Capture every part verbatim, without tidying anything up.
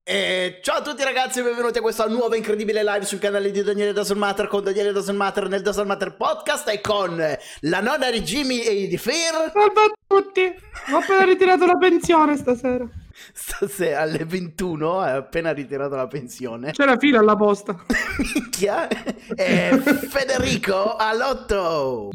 E ciao a tutti ragazzi e benvenuti a questa nuova incredibile live sul canale di Daniele Doesn't Matter con Daniele Doesn't Matter nel Doesn't Matter podcast e con la nonna di Jimmy e di Fear. Salve a tutti, ho appena ritirato la pensione stasera. Stasera alle ventuno hai appena ritirato la pensione. C'è la fila alla posta. Minchia. E Federico all'otto.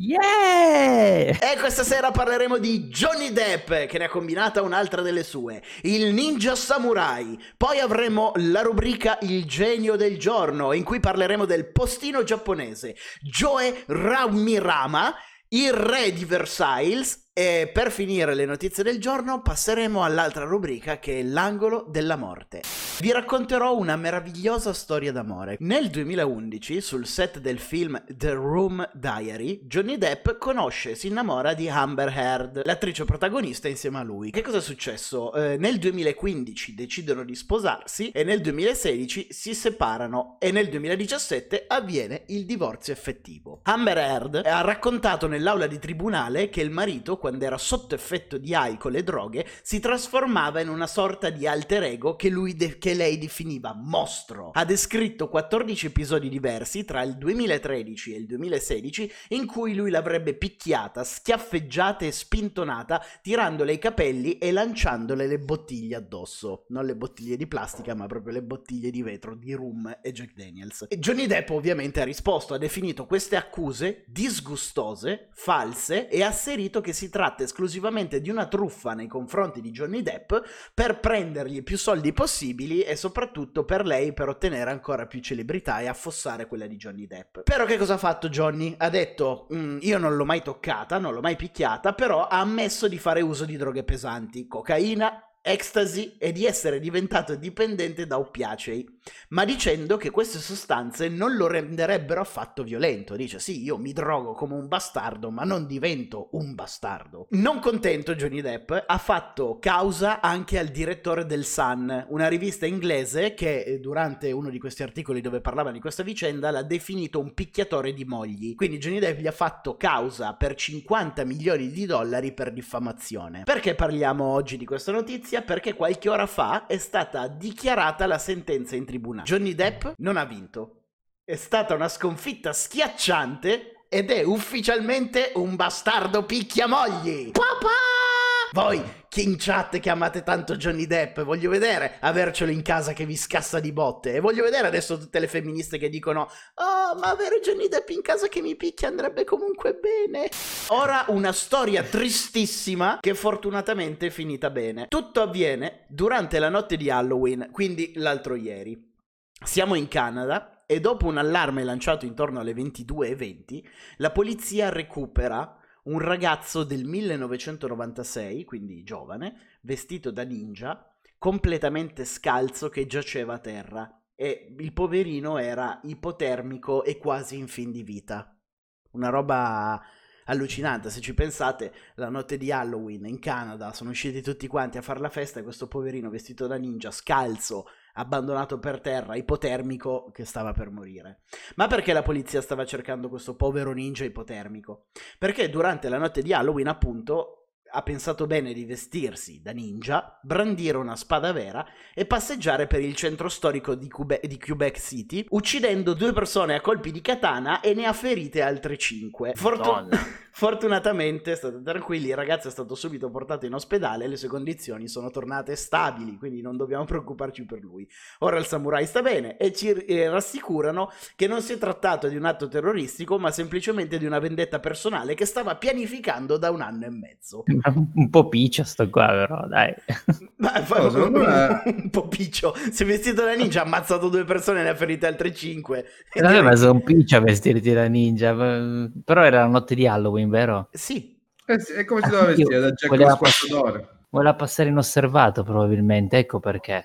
Yeah! E questa sera parleremo di Johnny Depp, che ne ha combinata un'altra delle sue, il Ninja Samurai. Poi avremo la rubrica Il genio del giorno, in cui parleremo del postino giapponese, Joe Ramirama, il re di Versailles. E per finire le notizie del giorno passeremo all'altra rubrica, che è l'angolo della morte. Vi racconterò una meravigliosa storia d'amore. Nel duemilaundici, sul set del film The Room Diary, Johnny Depp conosce e si innamora di Amber Heard, l'attrice protagonista insieme a lui. Che cosa è successo? Eh, nel duemilaquindici decidono di sposarsi e nel duemilasedici si separano e nel duemiladiciassette avviene il divorzio effettivo. Amber Heard ha raccontato nell'aula di tribunale che il marito, quando era sotto effetto di alcol e droghe, si trasformava in una sorta di alter ego che, lui de- che lei definiva mostro. Ha descritto quattordici episodi diversi tra il duemilatredici e il duemilasedici in cui lui l'avrebbe picchiata, schiaffeggiata e spintonata, tirandole i capelli e lanciandole le bottiglie addosso. Non le bottiglie di plastica, ma proprio le bottiglie di vetro di rum e Jack Daniels. E Johnny Depp ovviamente ha risposto, ha definito queste accuse disgustose, false, e ha asserito che si tratta esclusivamente di una truffa nei confronti di Johnny Depp per prendergli più soldi possibili e soprattutto per lei per ottenere ancora più celebrità e affossare quella di Johnny Depp. Però che cosa ha fatto Johnny? Ha detto mm, io non l'ho mai toccata, non l'ho mai picchiata, però ha ammesso di fare uso di droghe pesanti, cocaina, ecstasy e di essere diventato dipendente da oppiacei, ma dicendo che queste sostanze non lo renderebbero affatto violento. Dice sì, io mi drogo come un bastardo ma non divento un bastardo. Non contento, Johnny Depp ha fatto causa anche al direttore del Sun, una rivista inglese che durante uno di questi articoli dove parlava di questa vicenda l'ha definito un picchiatore di mogli. Quindi Johnny Depp gli ha fatto causa per cinquanta milioni di dollari per diffamazione. Perché parliamo oggi di questa notizia? Perché qualche ora fa è stata dichiarata la sentenza in tribunale. Johnny Depp non ha vinto. È stata una sconfitta schiacciante ed è ufficialmente un bastardo picchiamogli. Papà! Voi che in chat che amate tanto Johnny Depp, voglio vedere avercelo in casa che vi scassa di botte. E voglio vedere adesso tutte le femministe che dicono oh, ma avere Johnny Depp in casa che mi picchia andrebbe comunque bene. Ora una storia tristissima che fortunatamente è finita bene. Tutto avviene durante la notte di Halloween, quindi l'altro ieri. Siamo in Canada e dopo un allarme lanciato intorno alle ventidue e venti, la polizia recupera un ragazzo del millenovecentonovantasei, quindi giovane, vestito da ninja, completamente scalzo, che giaceva a terra e il poverino era ipotermico e quasi in fin di vita. Una roba allucinante. Se ci pensate, la notte di Halloween in Canada sono usciti tutti quanti a fare la festa e questo poverino vestito da ninja, scalzo, abbandonato per terra, ipotermico, che stava per morire. Ma perché la polizia stava cercando questo povero ninja ipotermico? Perché durante la notte di Halloween, appunto, ha pensato bene di vestirsi da ninja, brandire una spada vera e passeggiare per il centro storico di, Cube- di Quebec City, uccidendo due persone a colpi di katana e ne ha ferite altre cinque. Fortu- Fortunatamente, state tranquilli, il ragazzo è stato subito portato in ospedale e le sue condizioni sono tornate stabili, quindi non dobbiamo preoccuparci per lui. Ora il samurai sta bene e ci eh, rassicurano che non si è trattato di un atto terroristico, ma semplicemente di una vendetta personale che stava pianificando da un anno e mezzo. Un po' piccio sto qua, però, dai. Ma fa oh, un, me... un po' piccio. Si è vestito da ninja, ha ammazzato due persone e ne ha ferite altre cinque. Vabbè, ma sono piccio a vestirti da ninja. Però era la notte di Halloween, vero? Sì. Eh sì, e come si doveva vestire? Da Jack lo Squartatore. Voleva passare inosservato, probabilmente, ecco perché.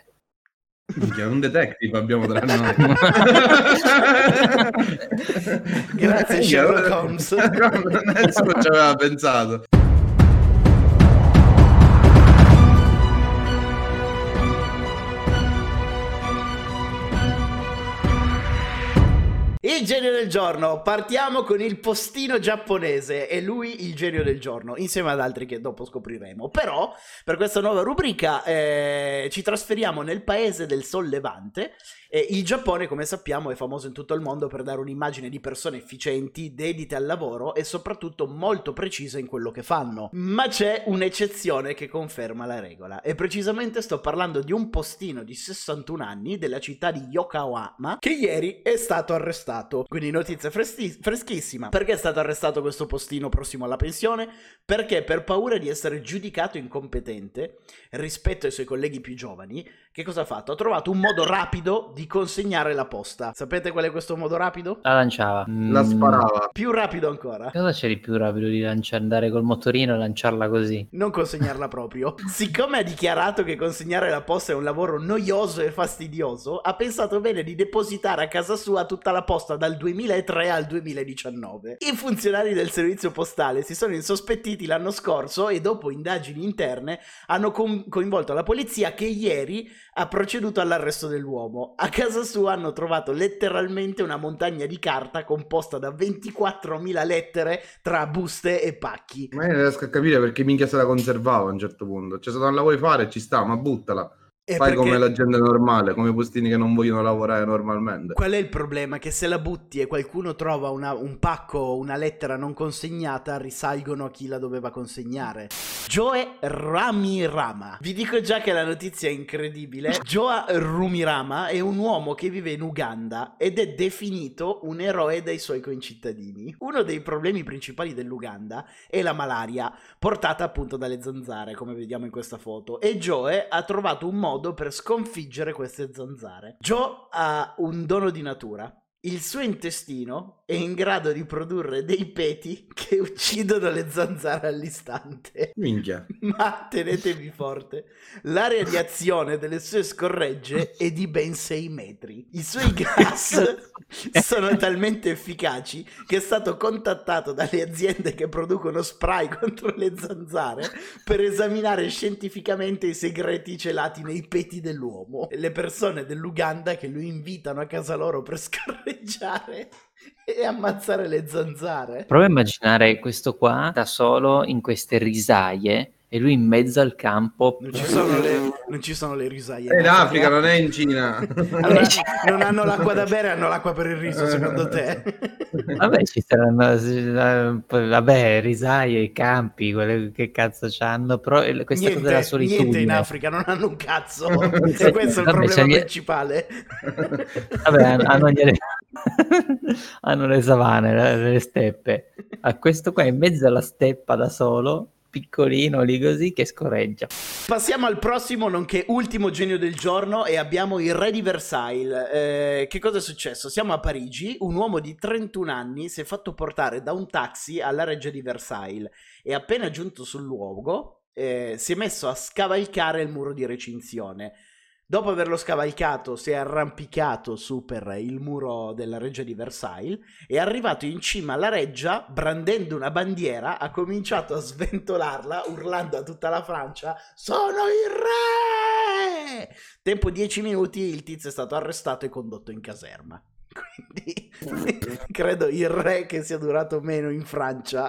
Un detective abbiamo tra noi. Grazie Sherlock Holmes. Nessuno ci aveva pensato. Il genio del giorno, partiamo con il postino giapponese, e lui il genio del giorno, insieme ad altri che dopo scopriremo. Però, per questa nuova rubrica, eh, ci trasferiamo nel paese del Sol Levante. Eh, il Giappone, come sappiamo, è famoso in tutto il mondo per dare un'immagine di persone efficienti, dedite al lavoro e soprattutto molto precise in quello che fanno. Ma c'è un'eccezione che conferma la regola, e precisamente sto parlando di un postino di sessantuno anni della città di Yokohama che ieri è stato arrestato. Quindi notizia freschi- freschissima. Perché è stato arrestato questo postino prossimo alla pensione? Perché per paura di essere giudicato incompetente rispetto ai suoi colleghi più giovani, che cosa ha fatto? Ha trovato un modo rapido di consegnare la posta. Sapete qual è questo modo rapido? La lanciava. La Mm, sparava. Più rapido ancora. Cosa c'è di più rapido di lanciare, andare col motorino e lanciarla così? Non consegnarla proprio. Siccome ha dichiarato che consegnare la posta è un lavoro noioso e fastidioso, ha pensato bene di depositare a casa sua tutta la posta dal duemilatré al duemiladiciannove. I funzionari del servizio postale si sono insospettiti l'anno scorso e dopo indagini interne hanno co- coinvolto la polizia, che ieri ha proceduto all'arresto dell'uomo. A casa sua hanno trovato letteralmente una montagna di carta composta da ventiquattromila lettere tra buste e pacchi. Ma io non riesco a capire perché minchia se la conservava a un certo punto. Cioè, se non la vuoi fare ci sta, ma buttala. E Fai perché- come la gente normale, come i postini che non vogliono lavorare normalmente. Qual è il problema? Che se la butti e qualcuno trova una- un pacco, una lettera non consegnata, risalgono a chi la doveva consegnare. Joe Ramirama. Vi dico già che la notizia è incredibile. Joe Rumirama è un uomo che vive in Uganda ed è definito un eroe dai suoi concittadini. Uno dei problemi principali dell'Uganda è la malaria, portata appunto dalle zanzare, come vediamo in questa foto. E Joe ha trovato un modo per sconfiggere queste zanzare. Joe ha un dono di natura. Il suo intestino è in grado di produrre dei peti che uccidono le zanzare all'istante. Minchia. Ma tenetevi forte, l'area di azione delle sue scorregge è di ben sei metri. I suoi gas sono talmente efficaci che è stato contattato dalle aziende che producono spray contro le zanzare per esaminare scientificamente i segreti celati nei peti dell'uomo. Le persone dell'Uganda che lui invitano a casa loro per scorreggiare e ammazzare le zanzare. Prova a immaginare questo qua da solo in queste risaie e lui in mezzo al campo. Non ci sono le, non ci sono le risaie. È in Africa, non è in Cina. Allora, non hanno l'acqua da bere, hanno l'acqua per il riso, secondo te? Vabbè, ci saranno, poi, vabbè, risaie, i campi, quelle che cazzo c'hanno, però eh, questa cosa della Niente, solitudine. niente in Africa, non hanno un cazzo. E questo è il Vabbè, problema c'è gli- principale. Vabbè, hanno, hanno gli- hanno le savane, le, le steppe. A questo qua in mezzo alla steppa da solo, piccolino lì così, che scorreggia. Passiamo al prossimo, nonché ultimo genio del giorno, e abbiamo il re di Versailles. Eh, che cosa è successo? Siamo a Parigi, un uomo di trentuno anni si è fatto portare da un taxi alla reggia di Versailles e appena giunto sul luogo eh, si è messo a scavalcare il muro di recinzione. Dopo averlo scavalcato si è arrampicato su per il muro della reggia di Versailles, è arrivato in cima alla reggia brandendo una bandiera, ha cominciato a sventolarla urlando a tutta la Francia: "Sono il re!" Tempo dieci minuti, il tizio è stato arrestato e condotto in caserma. Quindi credo il re che sia durato meno in Francia.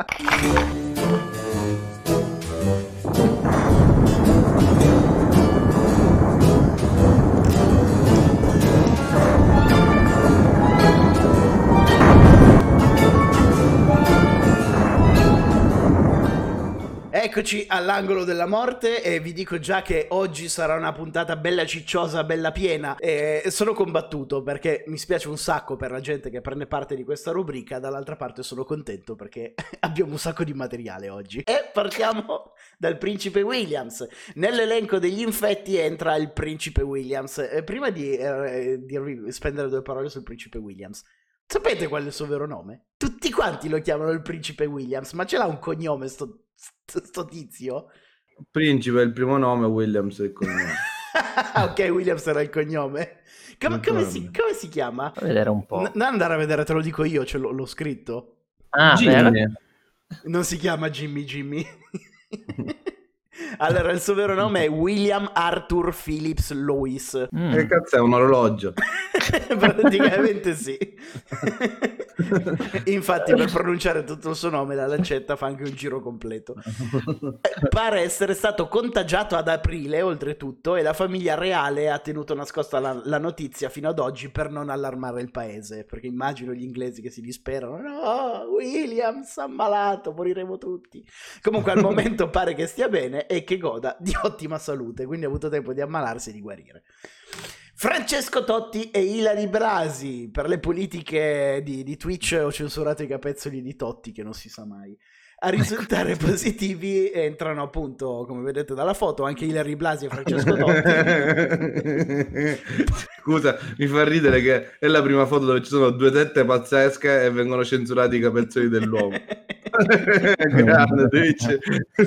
Eccoci all'angolo della morte e vi dico già che oggi sarà una puntata bella cicciosa, bella piena, e sono combattuto perché mi spiace un sacco per la gente che prende parte di questa rubrica, dall'altra parte sono contento perché abbiamo un sacco di materiale oggi. E partiamo dal principe Williams. Nell'elenco degli infetti entra il principe Williams. E prima di eh, dirvi, spendere due parole sul principe Williams, sapete qual è il suo vero nome? Tutti quanti lo chiamano il principe Williams, ma ce l'ha un cognome sto, sto, sto tizio? Principe è il primo nome, Williams è il cognome. Ok, Williams era il cognome. Come, come, si, come si chiama? A vedere un po'. N- non andare a vedere, te lo dico io, ce l'ho, l'ho scritto. Ah, Jimmy. beh, Non si chiama Jimmy Jimmy. Allora, il suo vero nome è William Arthur Phillips Lewis. mm. Che cazzo è un orologio? Praticamente sì. Infatti per pronunciare tutto il suo nome la lancetta fa anche un giro completo. Eh, pare essere stato contagiato ad aprile oltretutto, e la famiglia reale ha tenuto nascosta la, la notizia fino ad oggi per non allarmare il paese, perché immagino gli inglesi che si disperano: no, William si è ammalato, moriremo tutti. Comunque al momento pare che stia bene e che goda di ottima salute, quindi ha avuto tempo di ammalarsi e di guarire. Francesco Totti e Ilary Blasi. Per le politiche di, di Twitch ho censurato i capezzoli di Totti, che non si sa mai. A risultare positivi entrano appunto, come vedete dalla foto, anche Ilary Blasi e Francesco Totti. Scusa, mi fa ridere che è la prima foto dove ci sono due tette pazzesche e vengono censurati i capezzoli dell'uomo. Grande Twitch.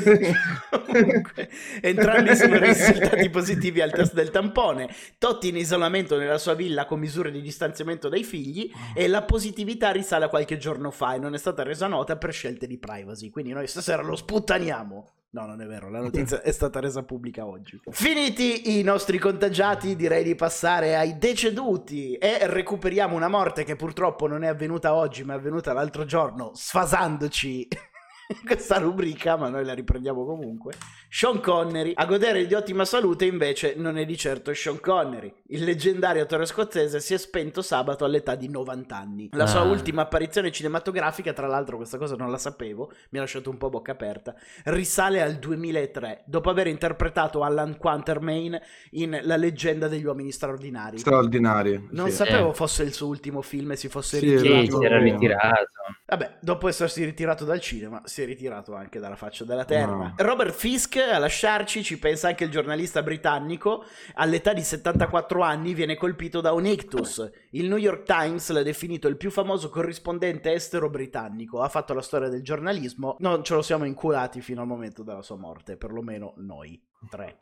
Comunque, entrambi sono risultati positivi al test del tampone. Totti in isolamento nella sua villa con misure di distanziamento dai figli, e la positività risale a qualche giorno fa e non è stata resa nota per scelte di privacy. Quindi noi stasera lo sputtaniamo. No, non è vero, la notizia è stata resa pubblica oggi. Finiti i nostri contagiati, direi di passare ai deceduti e recuperiamo una morte che purtroppo non è avvenuta oggi, ma è avvenuta l'altro giorno, sfasandoci questa rubrica, ma noi la riprendiamo comunque. Sean Connery. A godere di ottima salute invece non è di certo Sean Connery. Il leggendario attore scozzese si è spento sabato all'età di novanta anni. La sua Ah. ultima apparizione cinematografica, tra l'altro questa cosa non la sapevo, mi ha lasciato un po' bocca aperta, risale al duemilatré, dopo aver interpretato Alan Quatermain in La leggenda degli uomini straordinari. Straordinari. Non sì. sapevo Eh. fosse il suo ultimo film e si fosse Sì, Sì, ritirato. si era ritirato. Vabbè, dopo essersi ritirato dal cinema, si è ritirato anche dalla faccia della terra. No. Robert Fisk a lasciarci, ci pensa anche il giornalista britannico. All'età di settantaquattro anni viene colpito da un ictus. Il New York Times l'ha definito il più famoso corrispondente estero britannico. Ha fatto la storia del giornalismo. Non ce lo siamo inculati fino al momento della sua morte, perlomeno noi tre.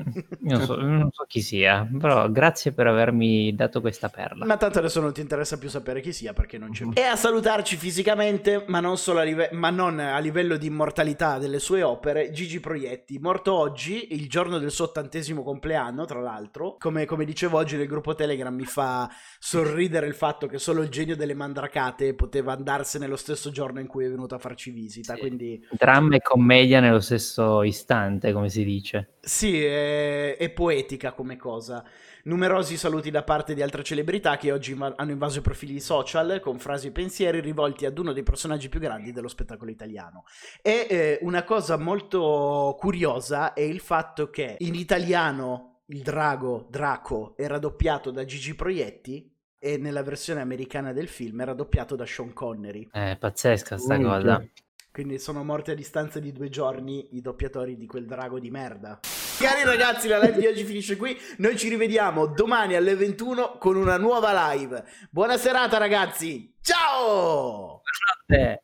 Io non so, non so chi sia, però grazie per avermi dato questa perla. Ma tanto adesso non ti interessa più sapere chi sia, perché non c'è più. E a salutarci fisicamente, ma non solo a, live- ma non a livello di immortalità delle sue opere, Gigi Proietti, morto oggi, il giorno del suo ottantesimo compleanno, tra l'altro. Come, come dicevo oggi nel gruppo Telegram, mi fa sorridere il fatto che solo il genio delle mandracate poteva andarsene lo stesso giorno in cui è venuto a farci visita, Sì. quindi... Dramma e commedia nello stesso istante, come si dice. Sì, è, è poetica come cosa. Numerosi saluti da parte di altre celebrità che oggi inva- hanno invaso i profili social con frasi e pensieri rivolti ad uno dei personaggi più grandi dello spettacolo italiano. E eh, una cosa molto curiosa è il fatto che in italiano il drago, Draco, era doppiato da Gigi Proietti, e nella versione americana del film era doppiato da Sean Connery. È pazzesca sta Minchia. cosa. Quindi sono morti a distanza di due giorni i doppiatori di quel drago di merda. Cari ragazzi, la live di oggi finisce qui. Noi ci rivediamo domani alle ventuno con una nuova live. Buona serata ragazzi. Ciao! Eh.